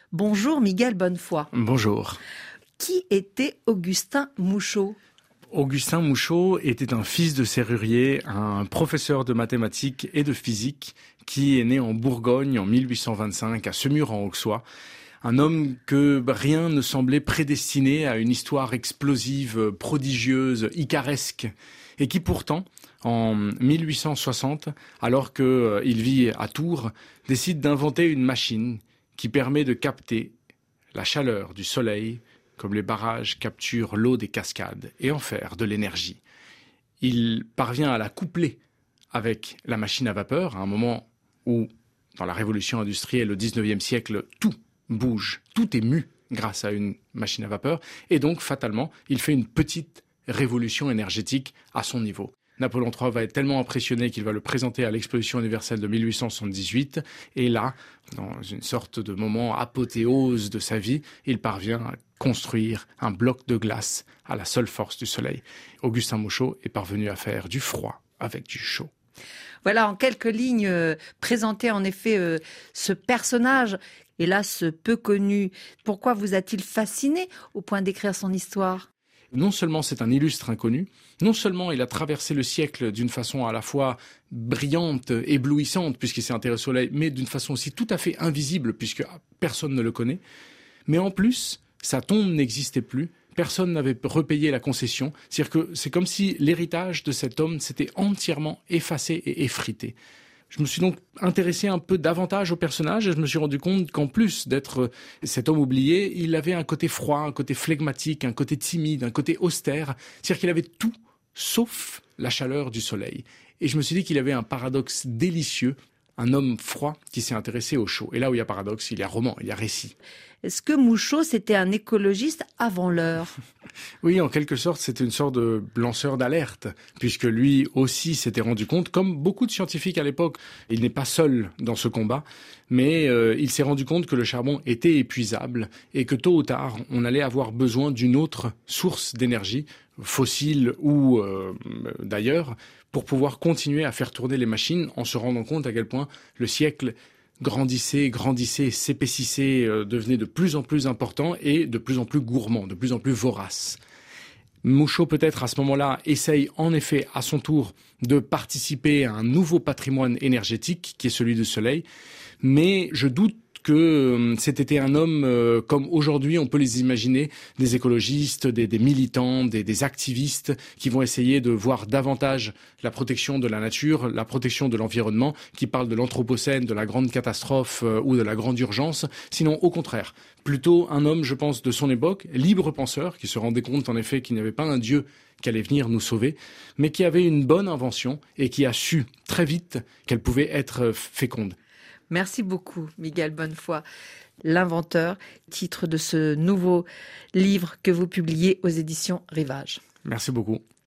Bonjour Miguel Bonnefoy. Bonjour. Qui était Augustin Mouchot ? Augustin Mouchot était un fils de serrurier, un professeur de mathématiques et de physique qui est né en Bourgogne en 1825 à Semur-en-Auxois. Un homme que rien ne semblait prédestiné à une histoire explosive, prodigieuse, icaresque, et qui pourtant, en 1860, alors qu'il vit à Tours, décide d'inventer une machine qui permet de capter la chaleur du soleil comme les barrages capturent l'eau des cascades et en faire de l'énergie. Il parvient à la coupler avec la machine à vapeur, à un moment où, dans la révolution industrielle au XIXe siècle, tout bouge, tout est mu grâce à une machine à vapeur, et donc, fatalement, il fait une petite révolution énergétique à son niveau. Napoléon III va être tellement impressionné qu'il va le présenter à l'exposition universelle de 1878. Et là, dans une sorte de moment apothéose de sa vie, il parvient à construire un bloc de glace à la seule force du soleil. Augustin Mouchot est parvenu à faire du froid avec du chaud. Voilà, en quelques lignes, présenter en effet ce personnage, hélas peu connu. Pourquoi vous a-t-il fasciné au point d'écrire son histoire ? Non seulement c'est un illustre inconnu, non seulement il a traversé le siècle d'une façon à la fois brillante, éblouissante, puisqu'il s'est intéressé au soleil, mais d'une façon aussi tout à fait invisible, puisque personne ne le connaît. Mais en plus, sa tombe n'existait plus, personne n'avait repayé la concession. C'est-à-dire que c'est comme si l'héritage de cet homme s'était entièrement effacé et effrité. Je me suis donc intéressé un peu davantage au personnage et je me suis rendu compte qu'en plus d'être cet homme oublié, il avait un côté froid, un côté flegmatique, un côté timide, un côté austère. C'est-à-dire qu'il avait tout sauf la chaleur du soleil. Et je me suis dit qu'il avait un paradoxe délicieux, un homme froid qui s'est intéressé au chaud. Et là où il y a paradoxe, il y a roman, il y a récit. Est-ce que Mouchot, c'était un écologiste avant l'heure ? Oui, en quelque sorte, c'était une sorte de lanceur d'alerte, puisque lui aussi s'était rendu compte, comme beaucoup de scientifiques à l'époque, il n'est pas seul dans ce combat, mais il s'est rendu compte que le charbon était épuisable et que tôt ou tard, on allait avoir besoin d'une autre source d'énergie, fossile ou d'ailleurs, pour pouvoir continuer à faire tourner les machines en se rendant compte à quel point le siècle grandissait, s'épaississait, devenait de plus en plus important et de plus en plus gourmand, de plus en plus vorace. Mouchot, peut-être à ce moment-là, essaye en effet à son tour de participer à un nouveau patrimoine énergétique qui est celui du soleil, mais je doute que c'était un homme comme aujourd'hui on peut les imaginer, des écologistes, des militants, des activistes qui vont essayer de voir davantage la protection de la nature, la protection de l'environnement, qui parlent de l'anthropocène, de la grande catastrophe ou de la grande urgence, sinon au contraire, plutôt un homme, je pense, de son époque, libre penseur, qui se rendait compte en effet qu'il n'y avait pas un Dieu qui allait venir nous sauver, mais qui avait une bonne invention et qui a su très vite qu'elle pouvait être féconde. Merci beaucoup, Miguel Bonnefoy, l'inventeur, titre de ce nouveau livre que vous publiez aux éditions Rivage. Merci beaucoup.